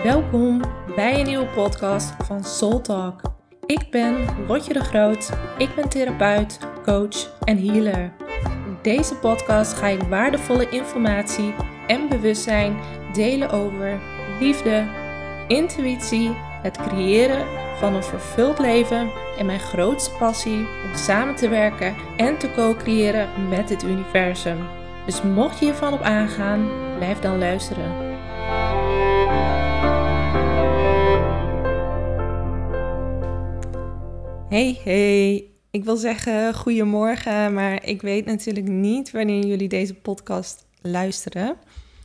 Welkom bij een nieuwe podcast van Soul Talk. Ik ben Lotje de Groot, ik ben therapeut, coach en healer. In deze podcast ga ik waardevolle informatie en bewustzijn delen over liefde, intuïtie, het creëren van een vervuld leven en mijn grootste passie om samen te werken en te co-creëren met het universum. Dus mocht je hiervan op aangaan, blijf dan luisteren. Hey, ik wil zeggen goedemorgen, maar ik weet natuurlijk niet wanneer jullie deze podcast luisteren.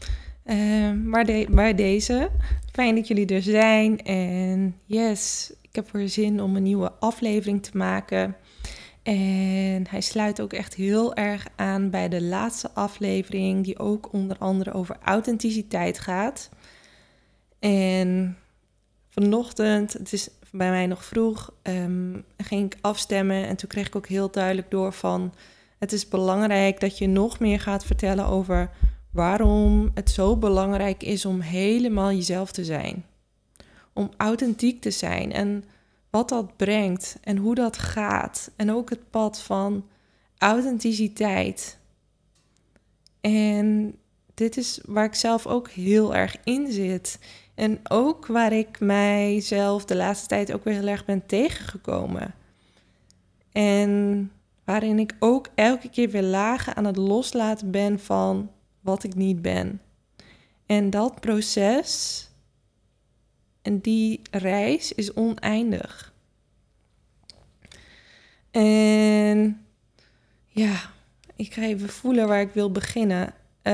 Maar deze, fijn dat jullie er zijn en yes, ik heb weer zin om een nieuwe aflevering te maken. En hij sluit ook echt heel erg aan bij de laatste aflevering, die ook onder andere over authenticiteit gaat. En vanochtend, het is bij mij nog vroeg, ging ik afstemmen en toen kreeg ik ook heel duidelijk door van, het is belangrijk dat je nog meer gaat vertellen over waarom het zo belangrijk is om helemaal jezelf te zijn. Om authentiek te zijn en wat dat brengt en hoe dat gaat. En ook het pad van authenticiteit. En dit is waar ik zelf ook heel erg in zit. En ook waar ik mijzelf de laatste tijd ook weer heel erg ben tegengekomen. En waarin ik ook elke keer weer lagen aan het loslaten ben van wat ik niet ben. En dat proces en die reis is oneindig. En ja, ik ga even voelen waar ik wil beginnen.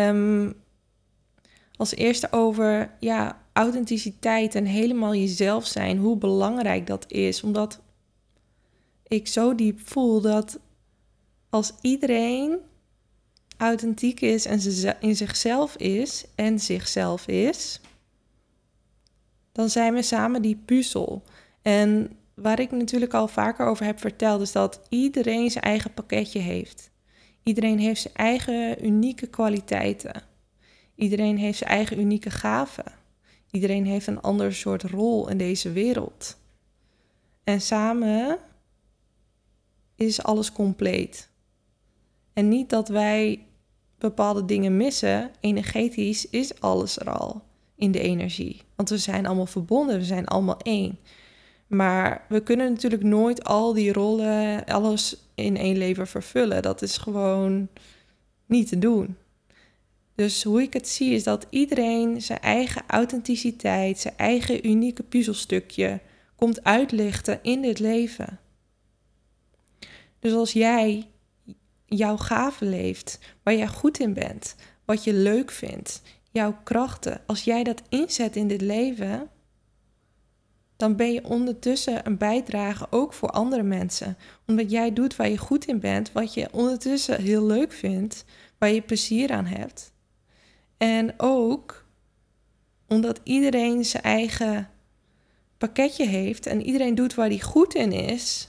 Als eerste over authenticiteit en helemaal jezelf zijn. Hoe belangrijk dat is. Omdat ik zo diep voel dat als iedereen authentiek is en in zichzelf is, dan zijn we samen die puzzel. En waar ik natuurlijk al vaker over heb verteld, is dat iedereen zijn eigen pakketje heeft. Iedereen heeft zijn eigen unieke kwaliteiten. Iedereen heeft zijn eigen unieke gaven. Iedereen heeft een ander soort rol in deze wereld. En samen is alles compleet. En niet dat wij bepaalde dingen missen. Energetisch is alles er al in de energie. Want we zijn allemaal verbonden, we zijn allemaal één. Maar we kunnen natuurlijk nooit al die rollen, alles in één leven vervullen. Dat is gewoon niet te doen. Dus hoe ik het zie is dat iedereen zijn eigen authenticiteit, zijn eigen unieke puzzelstukje komt uitlichten in dit leven. Dus als jij jouw gaven leeft, waar jij goed in bent, wat je leuk vindt, jouw krachten, als jij dat inzet in dit leven, dan ben je ondertussen een bijdrage ook voor andere mensen. Omdat jij doet waar je goed in bent, wat je ondertussen heel leuk vindt, waar je plezier aan hebt. En ook omdat iedereen zijn eigen pakketje heeft en iedereen doet waar hij goed in is,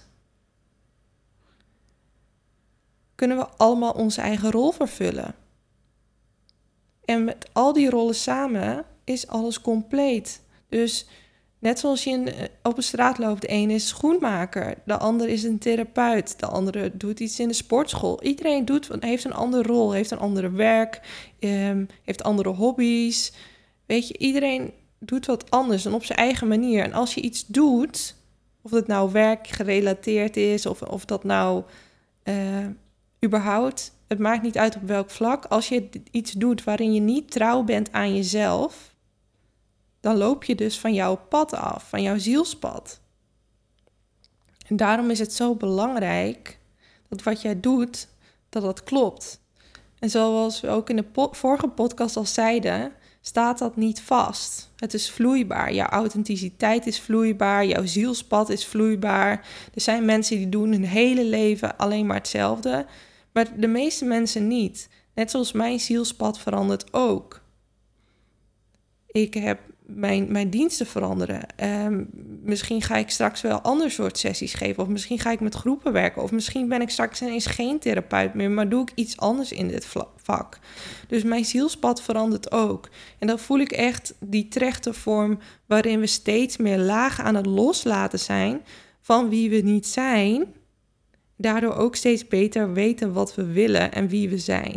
kunnen we allemaal onze eigen rol vervullen. En met al die rollen samen is alles compleet. Dus net zoals je op een straat loopt, de ene is schoenmaker, de ander is een therapeut, de andere doet iets in de sportschool. Iedereen heeft een andere rol, heeft een andere werk, heeft andere hobby's. Weet je, iedereen doet wat anders en op zijn eigen manier. En als je iets doet, of het nou werkgerelateerd is of dat nou überhaupt, het maakt niet uit op welk vlak. Als je iets doet waarin je niet trouw bent aan jezelf, dan loop je dus van jouw pad af, van jouw zielspad. En daarom is het zo belangrijk dat wat jij doet, dat dat klopt. En zoals we ook in de vorige podcast al zeiden, staat dat niet vast. Het is vloeibaar. Jouw authenticiteit is vloeibaar. Jouw zielspad is vloeibaar. Er zijn mensen die doen hun hele leven alleen maar hetzelfde. Maar de meeste mensen niet. Net zoals mijn zielspad verandert ook. Ik heb mijn diensten veranderen. Misschien ga ik straks wel ander soort sessies geven. Of misschien ga ik met groepen werken. Of misschien ben ik straks ineens geen therapeut meer, maar doe ik iets anders in dit vak. Dus mijn zielspad verandert ook. En dan voel ik echt die trechtervorm waarin we steeds meer lagen aan het loslaten zijn van wie we niet zijn. Daardoor ook steeds beter weten wat we willen en wie we zijn.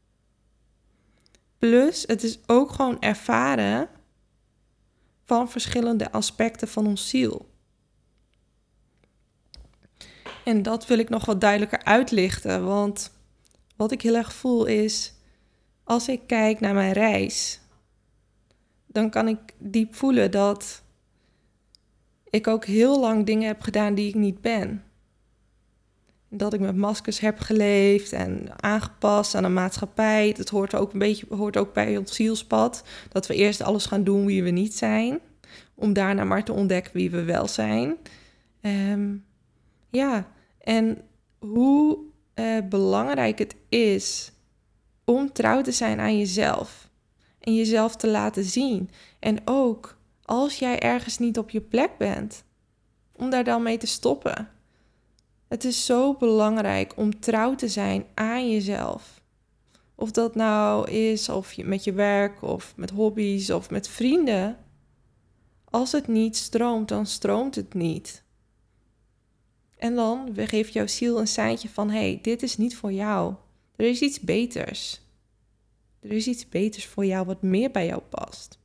Plus, het is ook gewoon ervaren van verschillende aspecten van ons ziel. En dat wil ik nog wat duidelijker uitlichten, want wat ik heel erg voel is, als ik kijk naar mijn reis, dan kan ik diep voelen dat ik ook heel lang dingen heb gedaan die ik niet ben. Dat ik met maskers heb geleefd en aangepast aan de maatschappij. Het hoort ook bij ons zielspad. Dat we eerst alles gaan doen wie we niet zijn. Om daarna maar te ontdekken wie we wel zijn. En hoe belangrijk het is om trouw te zijn aan jezelf. En jezelf te laten zien. En ook als jij ergens niet op je plek bent, om daar dan mee te stoppen. Het is zo belangrijk om trouw te zijn aan jezelf. Of dat nou is of met je werk of met hobby's of met vrienden. Als het niet stroomt, dan stroomt het niet. En dan geeft jouw ziel een seintje van, hey, dit is niet voor jou. Er is iets beters. Er is iets beters voor jou wat meer bij jou past.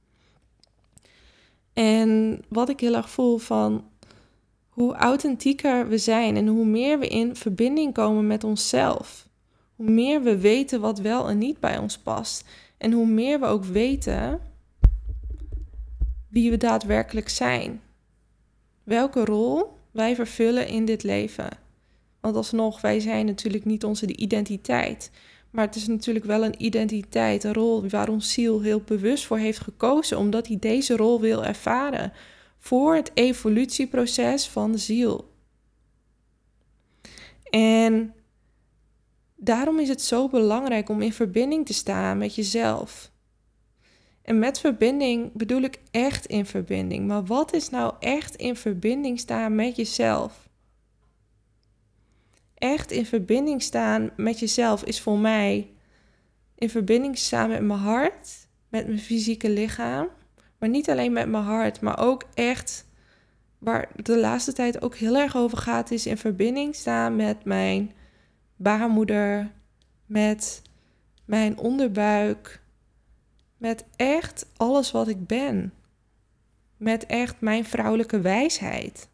En wat ik heel erg voel van hoe authentieker we zijn en hoe meer we in verbinding komen met onszelf. Hoe meer we weten wat wel en niet bij ons past. En hoe meer we ook weten wie we daadwerkelijk zijn. Welke rol wij vervullen in dit leven. Want alsnog, wij zijn natuurlijk niet onze identiteit. Maar het is natuurlijk wel een identiteit, een rol waar ons ziel heel bewust voor heeft gekozen. Omdat hij deze rol wil ervaren. Voor het evolutieproces van de ziel. En daarom is het zo belangrijk om in verbinding te staan met jezelf. En met verbinding bedoel ik echt in verbinding. Maar wat is nou echt in verbinding staan met jezelf? Echt in verbinding staan met jezelf is voor mij in verbinding staan met mijn hart, met mijn fysieke lichaam. Maar niet alleen met mijn hart, maar ook echt, waar de laatste tijd ook heel erg over gaat, is in verbinding staan met mijn baarmoeder, met mijn onderbuik, met echt alles wat ik ben. Met echt mijn vrouwelijke wijsheid.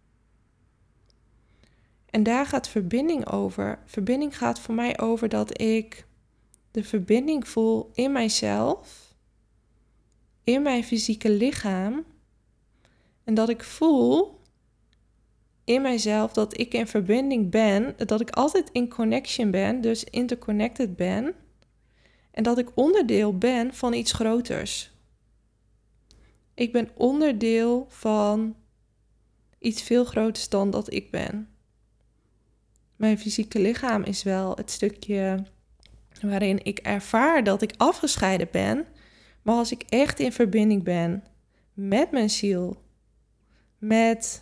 En daar gaat verbinding over. Verbinding gaat voor mij over dat ik de verbinding voel in mijzelf, in mijn fysieke lichaam. En dat ik voel in mijzelf dat ik in verbinding ben, dat ik altijd in connection ben, dus interconnected ben. En dat ik onderdeel ben van iets groters. Ik ben onderdeel van iets veel groters dan dat ik ben. Mijn fysieke lichaam is wel het stukje waarin ik ervaar dat ik afgescheiden ben. Maar als ik echt in verbinding ben met mijn ziel, met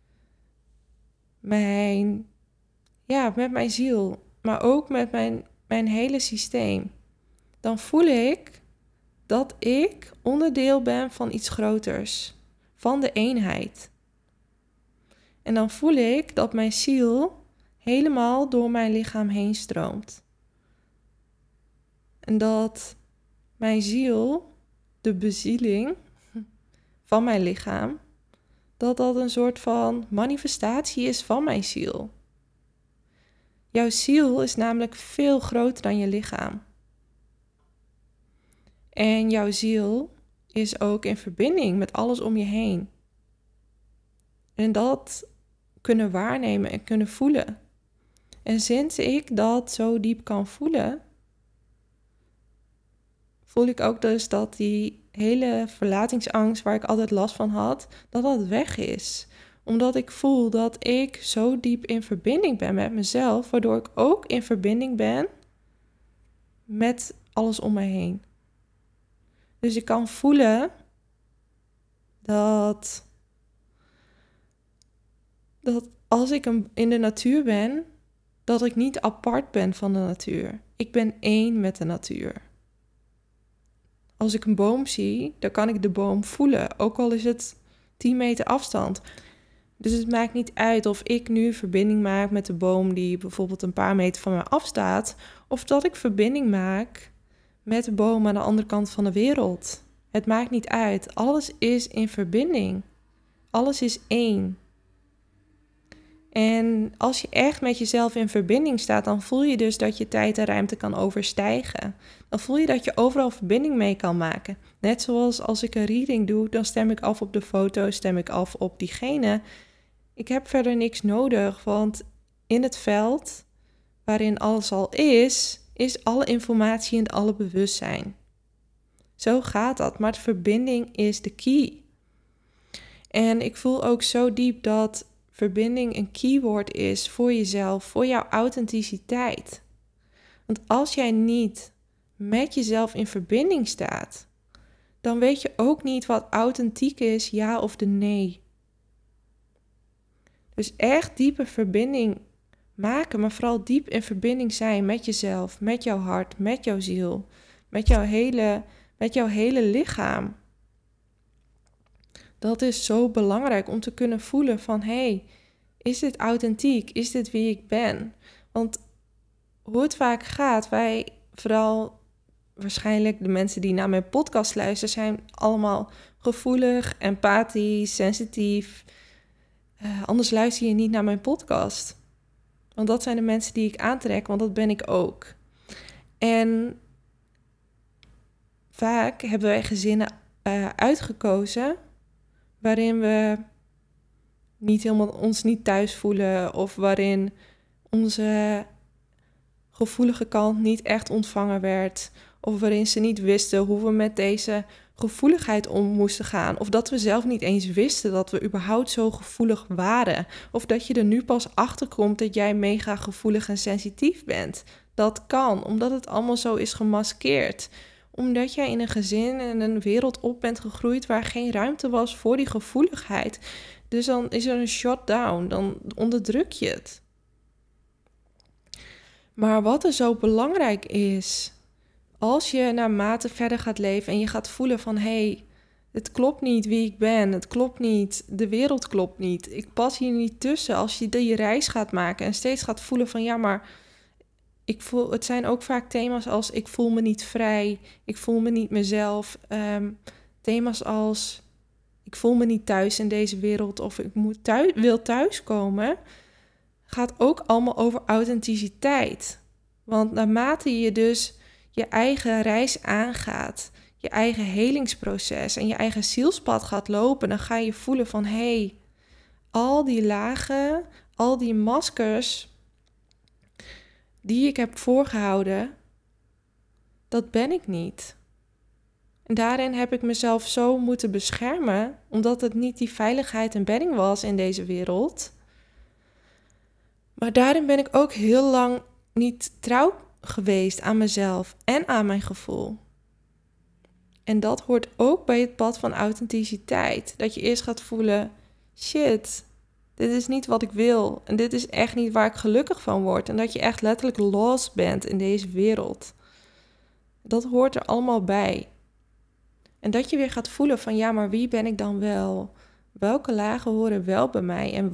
mijn ziel, maar ook met mijn hele systeem, dan voel ik dat ik onderdeel ben van iets groters, van de eenheid. En dan voel ik dat mijn ziel helemaal door mijn lichaam heen stroomt. En dat mijn ziel, de bezieling van mijn lichaam, dat een soort van manifestatie is van mijn ziel. Jouw ziel is namelijk veel groter dan je lichaam. En jouw ziel is ook in verbinding met alles om je heen. En dat kunnen waarnemen en kunnen voelen. En sinds ik dat zo diep kan voelen, voel ik ook dus dat die hele verlatingsangst waar ik altijd last van had, dat dat weg is. Omdat ik voel dat ik zo diep in verbinding ben met mezelf, waardoor ik ook in verbinding ben met alles om me heen. Dus ik kan voelen dat als ik in de natuur ben, dat ik niet apart ben van de natuur. Ik ben één met de natuur. Als ik een boom zie, dan kan ik de boom voelen, ook al is het 10 meter afstand. Dus het maakt niet uit of ik nu verbinding maak met de boom die bijvoorbeeld een paar meter van mij afstaat, of dat ik verbinding maak met de boom aan de andere kant van de wereld. Het maakt niet uit. Alles is in verbinding. Alles is één. En als je echt met jezelf in verbinding staat, dan voel je dus dat je tijd en ruimte kan overstijgen. Dan voel je dat je overal verbinding mee kan maken. Net zoals als ik een reading doe, dan stem ik af op de foto, stem ik af op diegene. Ik heb verder niks nodig, want in het veld waarin alles al is alle informatie en alle bewustzijn. Zo gaat dat, maar de verbinding is de key. En ik voel ook zo diep dat verbinding een keyword is voor jezelf, voor jouw authenticiteit. Want als jij niet met jezelf in verbinding staat, dan weet je ook niet wat authentiek is, ja of de nee. Dus echt diepe verbinding maken, maar vooral diep in verbinding zijn met jezelf, met jouw hart, met jouw ziel, met jouw hele lichaam. Dat is zo belangrijk om te kunnen voelen van, hey, is dit authentiek? Is dit wie ik ben? Want hoe het vaak gaat, wij, vooral waarschijnlijk de mensen die naar mijn podcast luisteren, zijn allemaal gevoelig, empathisch, sensitief. Anders luister je niet naar mijn podcast. Want dat zijn de mensen die ik aantrek, want dat ben ik ook. En vaak hebben wij gezinnen uitgekozen waarin we ons niet thuis voelen, of waarin onze gevoelige kant niet echt ontvangen werd, of waarin ze niet wisten hoe we met deze gevoeligheid om moesten gaan, of dat we zelf niet eens wisten dat we überhaupt zo gevoelig waren, of dat je er nu pas achter komt dat jij mega gevoelig en sensitief bent. Dat kan, omdat het allemaal zo is gemaskeerd. Omdat jij in een gezin en een wereld op bent gegroeid waar geen ruimte was voor die gevoeligheid. Dus dan is er een shutdown, dan onderdruk je het. Maar wat er zo belangrijk is, als je naarmate verder gaat leven en je gaat voelen van, hey, het klopt niet wie ik ben, het klopt niet, de wereld klopt niet, ik pas hier niet tussen. Als je die reis gaat maken en steeds gaat voelen van, ja, maar het zijn ook vaak thema's als ik voel me niet vrij, ik voel me niet mezelf. Thema's als ik voel me niet thuis in deze wereld of ik wil thuiskomen, gaat ook allemaal over authenticiteit. Want naarmate je dus je eigen reis aangaat, je eigen helingsproces en je eigen zielspad gaat lopen, dan ga je voelen van, hey, al die lagen, al die maskers die ik heb voorgehouden, dat ben ik niet. En daarin heb ik mezelf zo moeten beschermen, omdat het niet die veiligheid en bedding was in deze wereld. Maar daarin ben ik ook heel lang niet trouw geweest aan mezelf en aan mijn gevoel. En dat hoort ook bij het pad van authenticiteit. Dat je eerst gaat voelen, shit, dit is niet wat ik wil. En dit is echt niet waar ik gelukkig van word. En dat je echt letterlijk lost bent in deze wereld. Dat hoort er allemaal bij. En dat je weer gaat voelen van, ja, maar wie ben ik dan wel? Welke lagen horen wel bij mij? En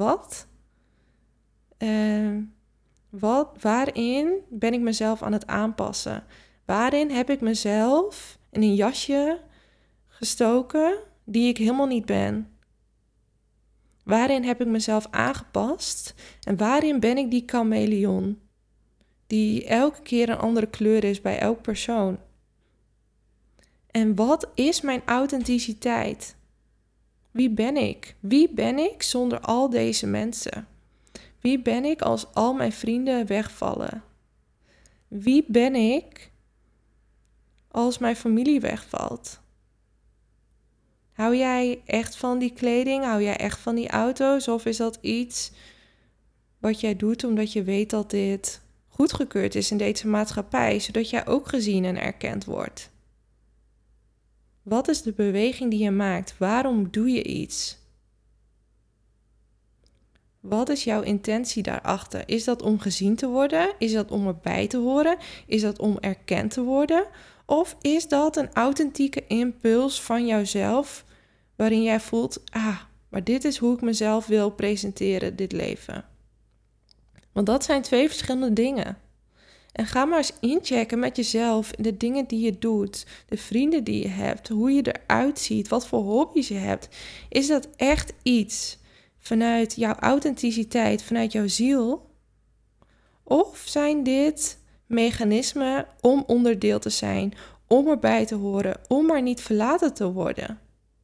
waarin ben ik mezelf aan het aanpassen? Waarin heb ik mezelf in een jasje gestoken die ik helemaal niet ben? Waarin heb ik mezelf aangepast? En waarin ben ik die chameleon? Die elke keer een andere kleur is bij elk persoon. En wat is mijn authenticiteit? Wie ben ik? Wie ben ik zonder al deze mensen? Wie ben ik als al mijn vrienden wegvallen? Wie ben ik als mijn familie wegvalt? Hou jij echt van die kleding? Hou jij echt van die auto's? Of is dat iets wat jij doet omdat je weet dat dit goedgekeurd is in deze maatschappij, zodat jij ook gezien en erkend wordt? Wat is de beweging die je maakt? Waarom doe je iets? Wat is jouw intentie daarachter? Is dat om gezien te worden? Is dat om erbij te horen? Is dat om erkend te worden? Of is dat een authentieke impuls van jouzelf, waarin jij voelt, maar dit is hoe ik mezelf wil presenteren, dit leven. Want dat zijn 2 verschillende dingen. En ga maar eens inchecken met jezelf, de dingen die je doet, de vrienden die je hebt, hoe je eruit ziet, wat voor hobby's je hebt. Is dat echt iets vanuit jouw authenticiteit, vanuit jouw ziel? Of zijn dit mechanismen om onderdeel te zijn, om erbij te horen, om maar niet verlaten te worden?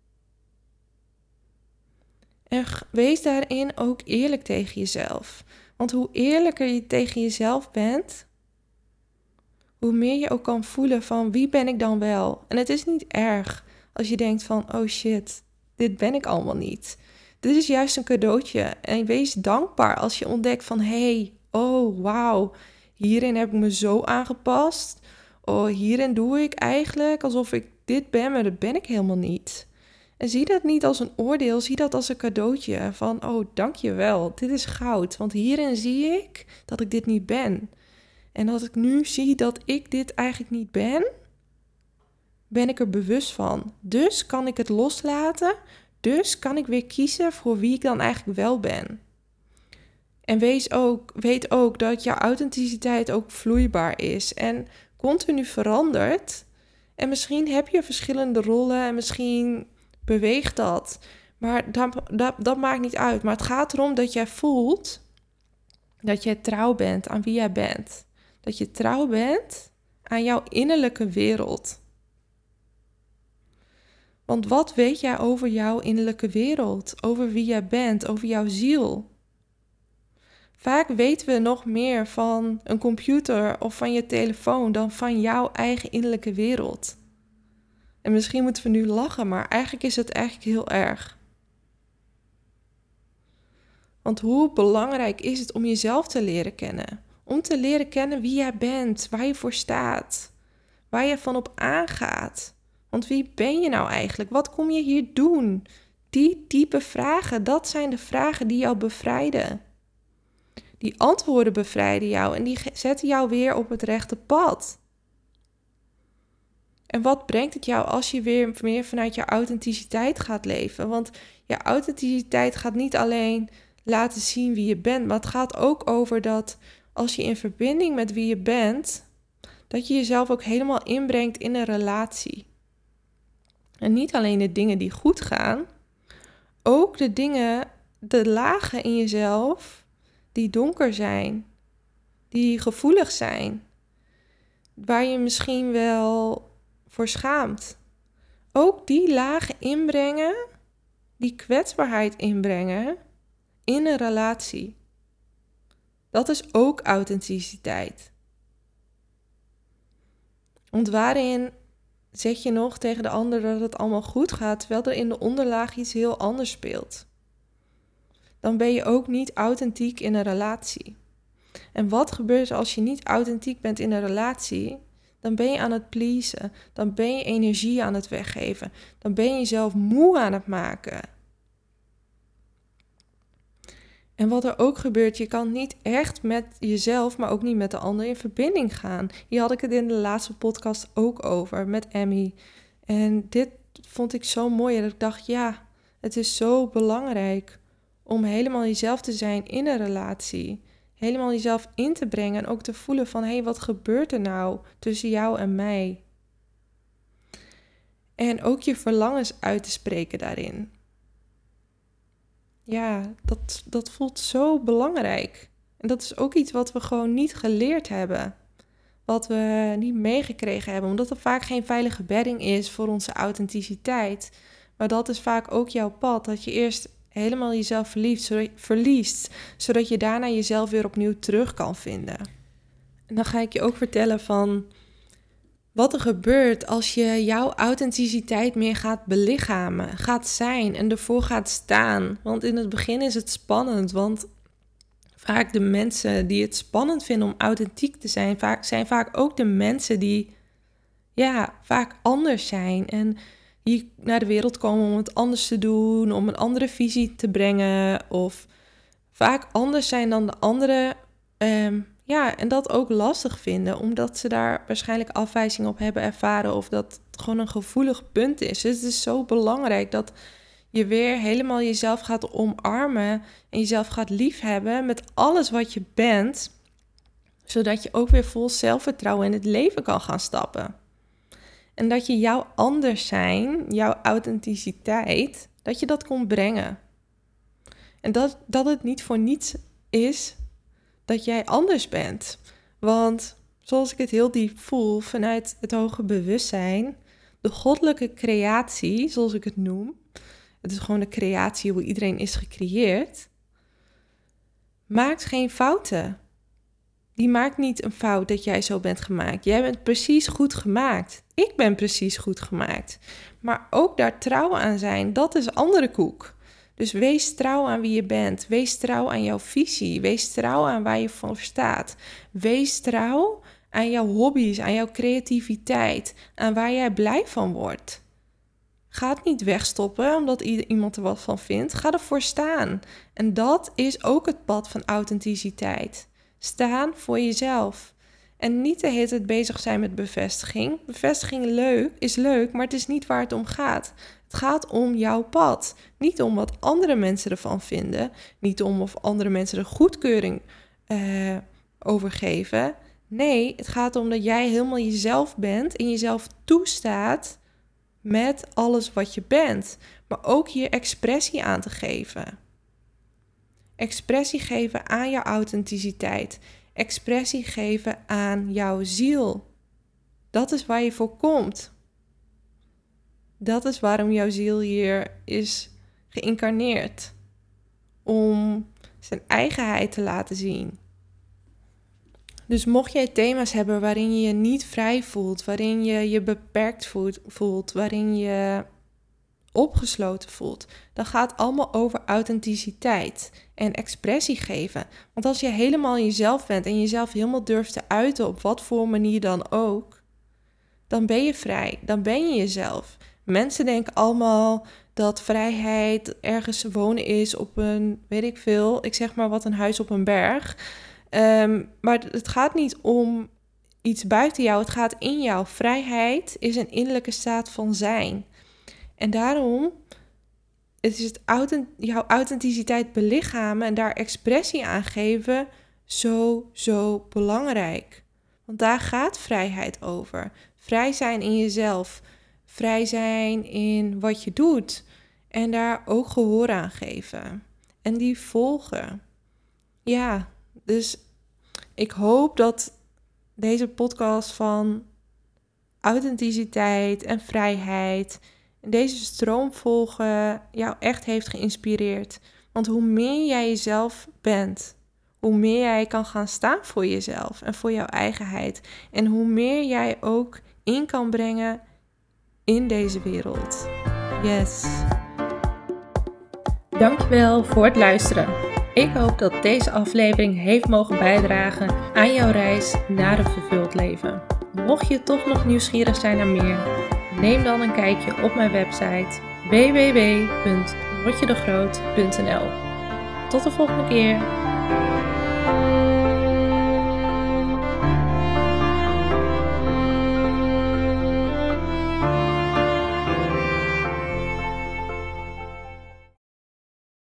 En wees daarin ook eerlijk tegen jezelf. Want hoe eerlijker je tegen jezelf bent, hoe meer je ook kan voelen van wie ben ik dan wel. En het is niet erg als je denkt van, oh shit, dit ben ik allemaal niet. Dit is juist een cadeautje. En wees dankbaar als je ontdekt van, oh wauw, hierin heb ik me zo aangepast. Oh, hierin doe ik eigenlijk alsof ik dit ben, maar dat ben ik helemaal niet. En zie dat niet als een oordeel, zie dat als een cadeautje van, oh dankjewel, dit is goud. Want hierin zie ik dat ik dit niet ben. En dat ik nu zie dat ik dit eigenlijk niet ben ik er bewust van. Dus kan ik het loslaten, dus kan ik weer kiezen voor wie ik dan eigenlijk wel ben. En weet ook dat jouw authenticiteit ook vloeibaar is en continu verandert. En misschien heb je verschillende rollen en misschien beweegt dat. Maar dat maakt niet uit. Maar het gaat erom dat jij voelt dat jij trouw bent aan wie jij bent. Dat je trouw bent aan jouw innerlijke wereld. Want wat weet jij over jouw innerlijke wereld? Over wie jij bent, over jouw ziel? Vaak weten we nog meer van een computer of van je telefoon dan van jouw eigen innerlijke wereld. En misschien moeten we nu lachen, maar eigenlijk is het heel erg. Want hoe belangrijk is het om jezelf te leren kennen? Om te leren kennen wie jij bent, waar je voor staat, waar je van op aangaat. Want wie ben je nou eigenlijk? Wat kom je hier doen? Die diepe vragen, dat zijn de vragen die jou bevrijden. Die antwoorden bevrijden jou en die zetten jou weer op het rechte pad. En wat brengt het jou als je weer meer vanuit je authenticiteit gaat leven? Want je authenticiteit gaat niet alleen laten zien wie je bent, maar het gaat ook over dat als je in verbinding met wie je bent, dat je jezelf ook helemaal inbrengt in een relatie. En niet alleen de dingen die goed gaan, ook de lagen in jezelf die donker zijn, die gevoelig zijn, waar je misschien wel voor schaamt. Ook die lagen inbrengen, die kwetsbaarheid inbrengen in een relatie. Dat is ook authenticiteit. Want waarin zeg je nog tegen de ander dat het allemaal goed gaat, terwijl er in de onderlaag iets heel anders speelt? Dan ben je ook niet authentiek in een relatie. En wat gebeurt als je niet authentiek bent in een relatie? Dan ben je aan het pleasen. Dan ben je energie aan het weggeven. Dan ben je jezelf moe aan het maken. En wat er ook gebeurt, je kan niet echt met jezelf, maar ook niet met de ander in verbinding gaan. Hier had ik het in de laatste podcast ook over met Emmy. En dit vond ik zo mooi dat ik dacht, ja, het is zo belangrijk om helemaal jezelf te zijn in een relatie. Helemaal jezelf in te brengen en ook te voelen van, wat gebeurt er nou tussen jou en mij? En ook je verlangens uit te spreken daarin. Ja, dat voelt zo belangrijk. En dat is ook iets wat we gewoon niet geleerd hebben. Wat we niet meegekregen hebben. Omdat er vaak geen veilige bedding is voor onze authenticiteit. Maar dat is vaak ook jouw pad. Dat je eerst helemaal jezelf verliest. Zodat je daarna jezelf weer opnieuw terug kan vinden. En dan ga ik je ook vertellen van wat er gebeurt als je jouw authenticiteit meer gaat belichamen, gaat zijn en ervoor gaat staan. Want in het begin is het spannend, want vaak de mensen die het spannend vinden om authentiek te zijn, zijn vaak ook de mensen die vaak anders zijn. En hier naar de wereld komen om het anders te doen, om een andere visie te brengen of vaak anders zijn dan de anderen. En dat ook lastig vinden, omdat ze daar waarschijnlijk afwijzing op hebben ervaren of dat het gewoon een gevoelig punt is. Dus het is zo belangrijk dat je weer helemaal jezelf gaat omarmen en jezelf gaat liefhebben met alles wat je bent, zodat je ook weer vol zelfvertrouwen in het leven kan gaan stappen. En dat je jouw anders zijn, jouw authenticiteit, dat je dat kon brengen. En dat het niet voor niets is dat jij anders bent. Want zoals ik het heel diep voel vanuit het hoge bewustzijn, de goddelijke creatie, zoals ik het noem, het is gewoon de creatie hoe iedereen is gecreëerd, maakt geen fouten. Die maakt niet een fout dat jij zo bent gemaakt. Jij bent precies goed gemaakt. Ik ben precies goed gemaakt. Maar ook daar trouw aan zijn, dat is andere koek. Dus wees trouw aan wie je bent. Wees trouw aan jouw visie. Wees trouw aan waar je voor staat. Wees trouw aan jouw hobby's, aan jouw creativiteit, aan waar jij blij van wordt. Ga het niet wegstoppen omdat iemand er wat van vindt. Ga ervoor staan. En dat is ook het pad van authenticiteit. Staan voor jezelf. En niet de hele tijd bezig zijn met bevestiging. Bevestiging is leuk, maar het is niet waar het om gaat. Het gaat om jouw pad. Niet om wat andere mensen ervan vinden. Niet om of andere mensen er goedkeuring over geven. Nee, het gaat om dat jij helemaal jezelf bent en jezelf toestaat met alles wat je bent. Maar ook je expressie aan te geven. Expressie geven aan jouw authenticiteit. Expressie geven aan jouw ziel. Dat is waar je voor komt. Dat is waarom jouw ziel hier is geïncarneerd. Om zijn eigenheid te laten zien. Dus mocht jij thema's hebben waarin je je niet vrij voelt, waarin je je beperkt voelt, waarin je opgesloten voelt, dan gaat het allemaal over authenticiteit en expressie geven. Want als je helemaal jezelf bent en jezelf helemaal durft te uiten op wat voor manier dan ook, dan ben je vrij, dan ben je jezelf. Mensen denken allemaal dat vrijheid ergens wonen is op een, weet ik veel, ik zeg maar wat, een huis op een berg. Maar het gaat niet om iets buiten jou, het gaat in jou. Vrijheid is een innerlijke staat van zijn. En daarom is jouw authenticiteit belichamen en daar expressie aan geven zo belangrijk. Want daar gaat vrijheid over. Vrij zijn in jezelf. Vrij zijn in wat je doet. En daar ook gehoor aan geven. En die volgen. Ja, dus ik hoop dat deze podcast van authenticiteit en vrijheid en deze stroom volgen jou echt heeft geïnspireerd. Want hoe meer jij jezelf bent, hoe meer jij kan gaan staan voor jezelf en voor jouw eigenheid. En hoe meer jij ook in kan brengen in deze wereld. Yes. Dankjewel voor het luisteren. Ik hoop dat deze aflevering heeft mogen bijdragen aan jouw reis naar een vervuld leven. Mocht je toch nog nieuwsgierig zijn naar meer, neem dan een kijkje op mijn website www.lotjedegroot.nl. Tot de volgende keer.